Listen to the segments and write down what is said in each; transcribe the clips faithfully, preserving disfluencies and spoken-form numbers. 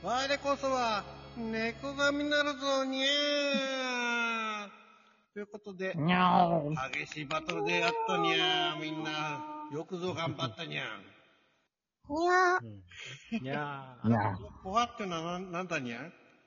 我こそは猫神なるぞにゃーということで、 にゃー激しいバトルでやったにゃー。みんな、よくぞ頑張ったにゃー。 にゃうん。にゃー。 にゃほわってのはなんだにゃ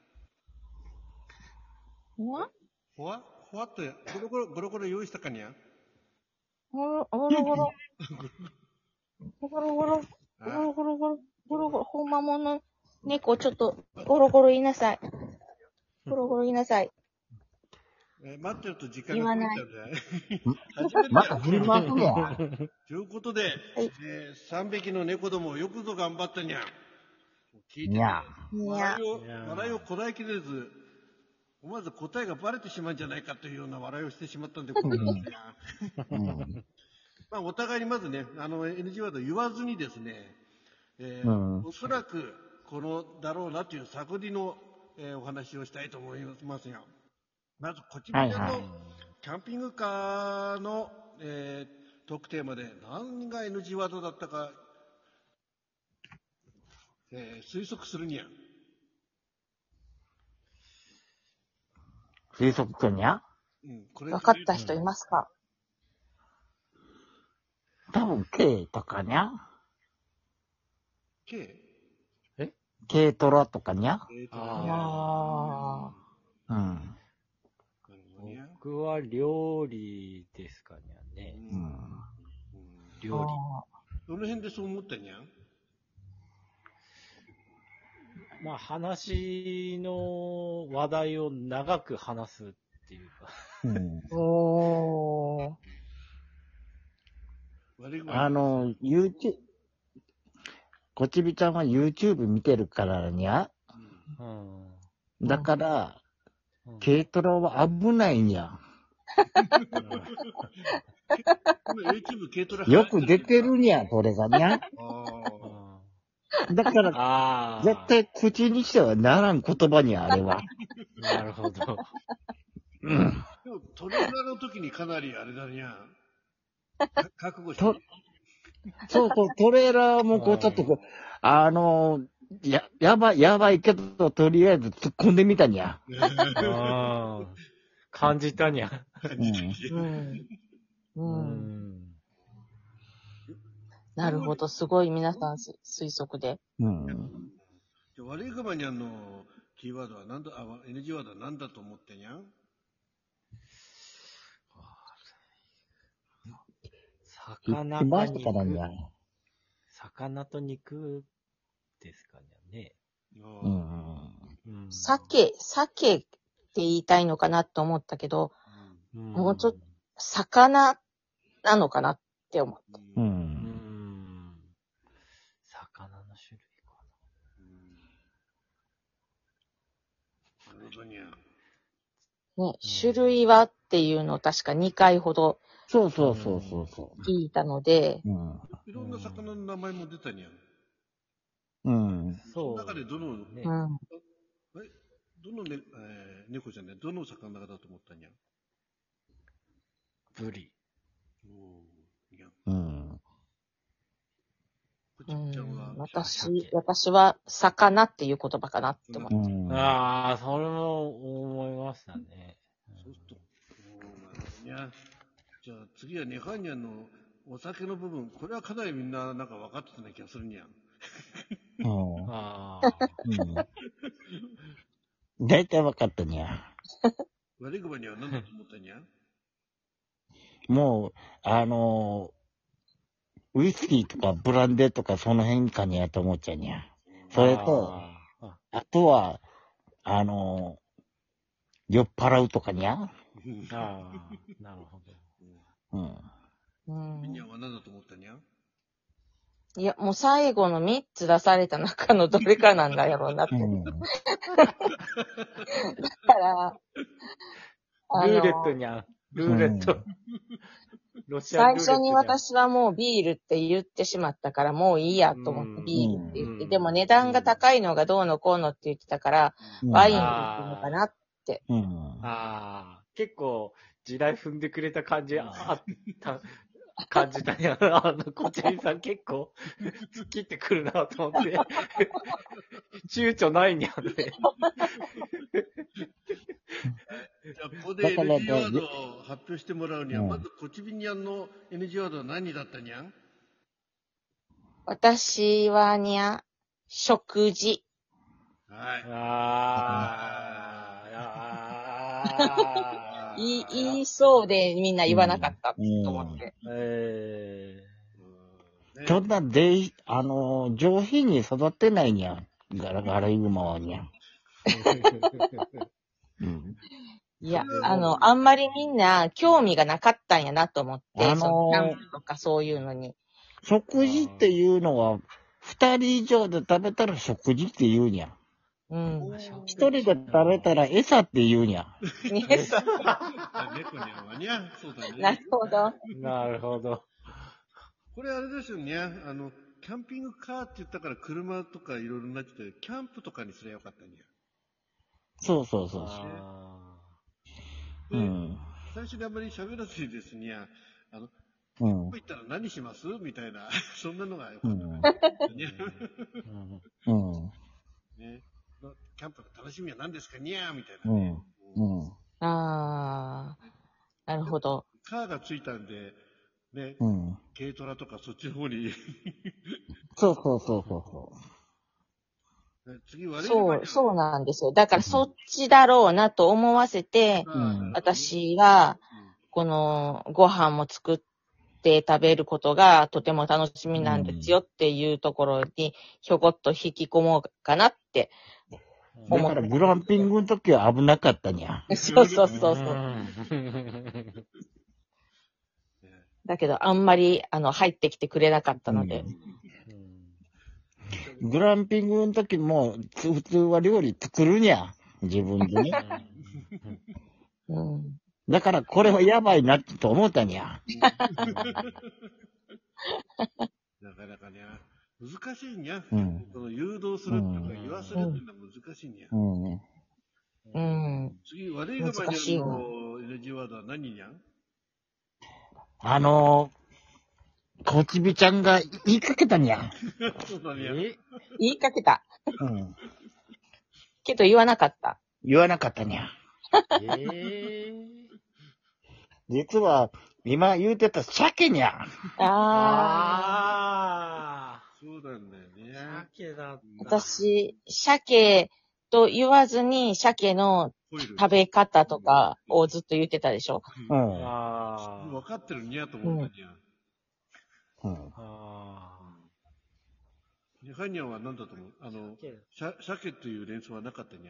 ー。にゃほわほわって、ゴロゴロ、ゴロゴロ用意したかにゃゴロゴロゴロ。ゴロゴロ。ゴあロゴロゴロ。ゴロゴロ。ほんまもの猫ちょっとゴロゴロ言いなさい。ゴロゴロ言いなさい。 え待ってると時間が過ぎちゃうんじゃない初めてまた振り回すねや。 ということで、えー、さんびきの猫どもよくぞ頑張ったにゃ。聞いてにゃにゃ笑いを、笑いをこらえきれず、思わず答えがバレてしまうんじゃないかというような笑いをしてしまったんで、ごめんなさいな。 うんまあ、お互いにまずね、あの、エヌジー ワード言わずにですね、えーうんおそらくこのだろうなという探りの、えーお話をしたいと思いますが、まずこちらの、 はいはいキャンピングカーの、えー、トークテーマで何が エヌジー ワードだったか、えー推測するにゃ。 推測するにゃうん、これわかった人いますか？ 多分 K とかにゃ K？ 軽トラとかにゃえーとああうん。 なるほどにゃ僕は料理ですかにゃね。 うんうん。 ー。 料理。 あどの辺でそう思ったにゃまあ話の話題を長く話すっていうか。 うん。 ー。おー。 悪い子あの、YouTube、こちびちゃんは YouTube 見てるからにゃうん。 だから、 うん軽トラは危ないにゃ。 今 YouTube 軽トラよく出てるにゃ、それがにゃ。 ああ。 だから、 ああ。 絶対口にしてはならん言葉にゃ、あれは。 なるほど。 うん。 でもトレーラーの時にかなりあれだにゃ。か覚悟して。 とそうそう、トレーラーもこう、ちょっとこう、あのー、や、やばい、やばいけど、とりあえず突っ込んでみたにゃ。 ああ。感じたにゃ。 うん。 うん。 ううん。 ん。 なるほど。すごい皆さんす推測で。 うん。 じゃあ悪いグマにゃんのキーワードは何だ、あ、エヌジー ワードは何だと思ってにゃん魚来まかしたからに肉。 ゃ。 魚と肉ですかね。 うあん。 うん。 鮭、鮭って言いたいのかなと思ったけど、 うんもうちょっと魚なのかなって思った。 う。 うんん。魚の種類かなるほどにゃ。 ね、種類はっていうのを確かにかいほどそうそうそうそうそ聞いたので、 う。うん。 いろんな魚の名前も出たにゃん。 うん。 な。 その中でどの、 ねう。ん。 え、どのね、えー、猫じゃない、どの魚だと思ったにゃん。 ブリ。 おー、にゃん。 うん。 こちびちゃんは、 私鮭、 私は魚っていう言葉かなって思っうた。 ん。 ああ、それも思いましたね。 そうすると、おー、なるほどにゃ。じゃあ次はネハニャンのお酒の部分、これはかなりみんななんか分かってたような気がするにゃん。 うん。 ああ。 うん。だいたい分かったにゃ。 悪いグマには何だと思ったにゃんもう、あのー、ウイスキーとかブランデーとかその辺かにゃと思っちゃうにゃ。それと、 ああとは、あのー、酔っ払うとかにゃ。 ーあー、なるほど。 うん。 うんみんなは何だと思ったにゃんいや、もう最後のみっつ出された中のどれかなんだろうなって。 うん。 だから、あルーレッのトにゃん。ルーレット。ロシアンルーレットにゃん。 最初に私はもうビールって言ってしまったからもういいやと思ってうんビールって言って、 うんでも値段が高いのがどうのこうのって言ってたから、 うんワインっていうのかな。 うん。 ああ、結構、地雷踏んでくれた感じあった、 感じたにゃ。あの、こちりさん結構、突っ切ってくるなと思って。躊躇ないにゃんね。 じゃあ、ここで エヌジー ワードを発表してもらうには、まず、コチビニャンの エヌジー ワードは何だったにゃん？ 私はにゃ、食事。 はい。 あー、あー。 言い、言いそうでみんな言わなかったと思って。 えー。そんなで、あの、上品に育ってないにゃん。ガラガライグマはにゃん。うん、 いや、あの、あんまりみんな興味がなかったんやなと思って、あのー、そのキャンプとかそういうのに。 食事っていうのは、二人以上で食べたら食事って言うにゃん。 うん。 一人で食べたら餌って言うにゃん。 餌猫にゃんはにゃ。そうだね。 なるほど。 なるほど。 これあれですよね。あの、キャンピングカーって言ったから車とかいろいろなってて、キャンプとかにすればよかったにゃ。 そうそうそうそう。うん。 最初にあんまり喋らずにですね、あの、 うん。 ここ行ったら何しますみたいな、そんなのがよかった。 うん。うん。 ね。キャンプの楽しみは何ですかにゃーみたいな、 ね。うん。うん。 あー。なるほど。 カーがついたんで、ね。 うん。 軽トラとかそっちの方に。 そうそうそうそう。 次悪いそう、そうなんですよ。だからそっちだろうなと思わせて、うん、私は、このご飯も作って食べることがとても楽しみなんですよっていうところにひょこっと引き込もうかなって思った。だからグランピングの時は危なかったにゃ。 そうそうそうそう。だけどあんまりあの入ってきてくれなかったので。うんグランピングの時も、普通は料理作るにゃ。自分でね。うん、だからこれはやばいなって思ったにゃ。 なかなかにゃ。難しいにゃ。うん、その誘導するとか言わせるっていうのは難しいにゃ。うん。 うん、 次、悪いグマにゃんの エヌジー ワードは何にゃん？ あのー、こちびちゃんが言いかけたにゃ。 そうだにゃ。 言いかけた。 うん。 けど言わなかった。 言わなかったにゃ。えー、実は、今言うてた鮭にゃ。 ああ。そうなんだよね。 鮭だった。 私、鮭と言わずに鮭の食べ方とかをずっと言ってたでしょ。 うん。 ああ。分かってるにゃと思ったにゃ。うん。うん、ああ。ニハニャンは何だと思う？あの、鮭という連想はなかったにゃ？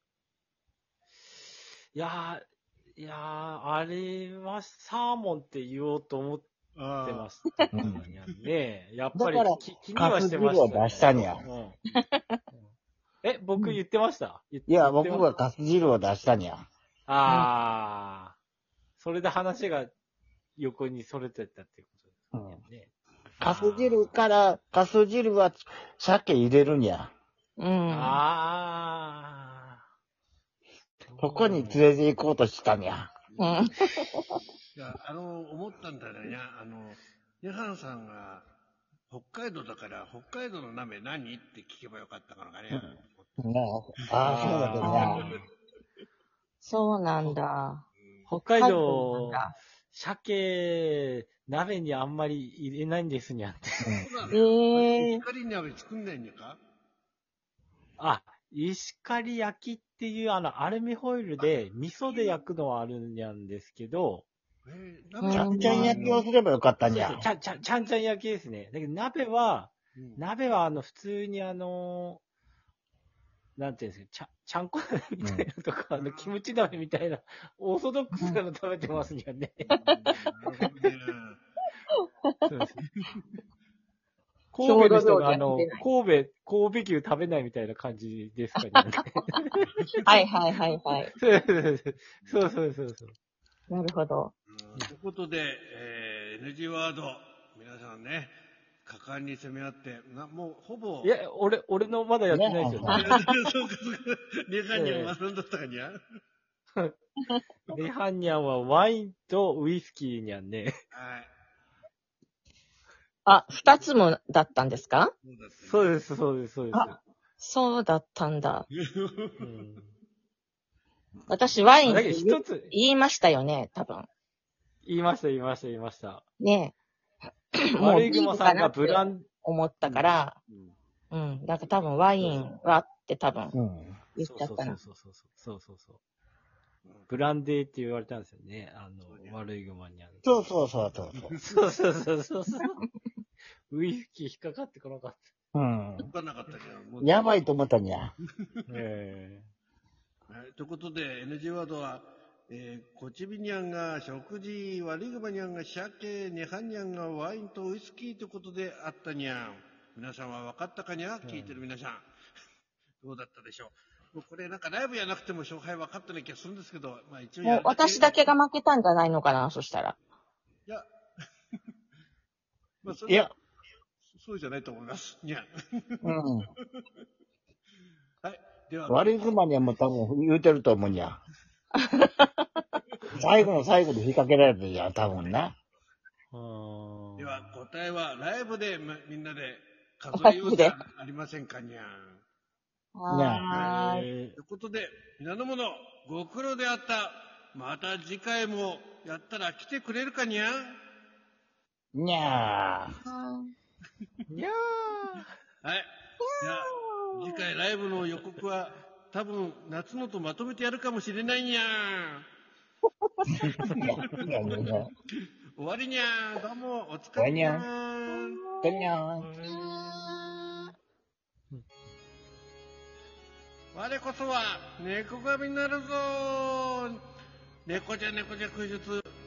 いやー、いやー、あれはサーモンって言おうと思ってましたからにゃんね。やっぱり気にはしてました、ね。 出したにゃ。うん、 え、僕言ってました？ いや、僕はカス汁を出したにゃ。 あー。それで話が横にそれてたってことですね。うんかす汁から、かす汁は鮭入れるにゃ。 うん。 ああ。 そこに連れて行こうとしたにゃ。 うん。いや、あの、思ったんだよね。あの、ニハンさんが、北海道だから、北海道の鍋何って聞けばよかったからね。 うん、ああ、そうだね。 そうなんだ。 北海道、鮭、鍋にあんまり入れないんですにゃって。 えぇー。 石狩鍋作んないんやか？ あ、石狩焼きっていうあのアルミホイルで味噌で焼くのはあるんやんですけど、 えー、ちゃんちゃん焼きをすればよかったんや。 ちゃんちゃん、ちゃんちゃん焼きですね。だけど鍋は、うん、鍋はあの普通にあの、なんていうんですか、ちゃ、ちゃんこ鍋みたいなとか、うん、あの、キムチ鍋みたいな、オーソドックスなの食べてますにゃね。そうです。神戸の人があの、神戸、神戸牛食べないみたいな感じですかね。 はいはいはいはい。 そうそうそうそう。 なるほど。 ということで、えー、エヌジー ワード、皆さんね、果敢に攻め合って、なもうほぼ。 いや、俺、俺のまだやってないですよ。ね、 そうかそうか。ネハニャンは何だったかにゃ？ ネハニャンはワインとウイスキーにゃんね。 はい。 あ、二つもだったんですか？ そうです、そうです、そうです。 そうだったんだ。 うん、 私、ワインだってけど一つ言いましたよね、多分。 言いました、言いました、言いました。 ねえ。もう悪い熊さんがブラン、 思ったから、うん。うん。だから多分ワインはって多分言っちゃったな。 そうそうそうそう。そうそうそう。ブランデーって言われたんですよね。あの、悪い熊にある。 そうそうそうそう。 そうそうそうそうそう。ウイスキー引っかかってこなかった。 うん。 引っかなかったじゃん。 やばいと思ったにゃ。 えーはい。ということで、エヌジー ワードは、えー、コチビニャンが食事、悪いグマニャンが鮭、ネハニャンがワインとウイスキーということであったにゃん。皆さんは分かったかにゃ、聞いてる皆さん。どうだったでしょう。もうこれなんかライブやなくても勝敗分かってない気がするんですけど、まあ一応やもう私だけが負けたんじゃないのかな、そしたら。 いや、まあそいや、 そうじゃないと思います。にゃ。 うん。 はい。では。 悪い熊にはもう多分言うてると思うにゃ。最後の最後で引っ掛けられてんや、多分な。 では答えはライブで、ま、みんなで数えようじゃありませんかにゃ。 はーい。 ということで、皆の者、ご苦労であった。また次回もやったら来てくれるかにゃ。 にゃー。にゃー。はい。じゃあ、次回ライブの予告は多分夏のとまとめてやるかもしれないにゃー。終わりにゃー。どうもお疲れにゃー。 にゃー。 我こそは猫神になるぞー。猫じゃ猫じゃクイズ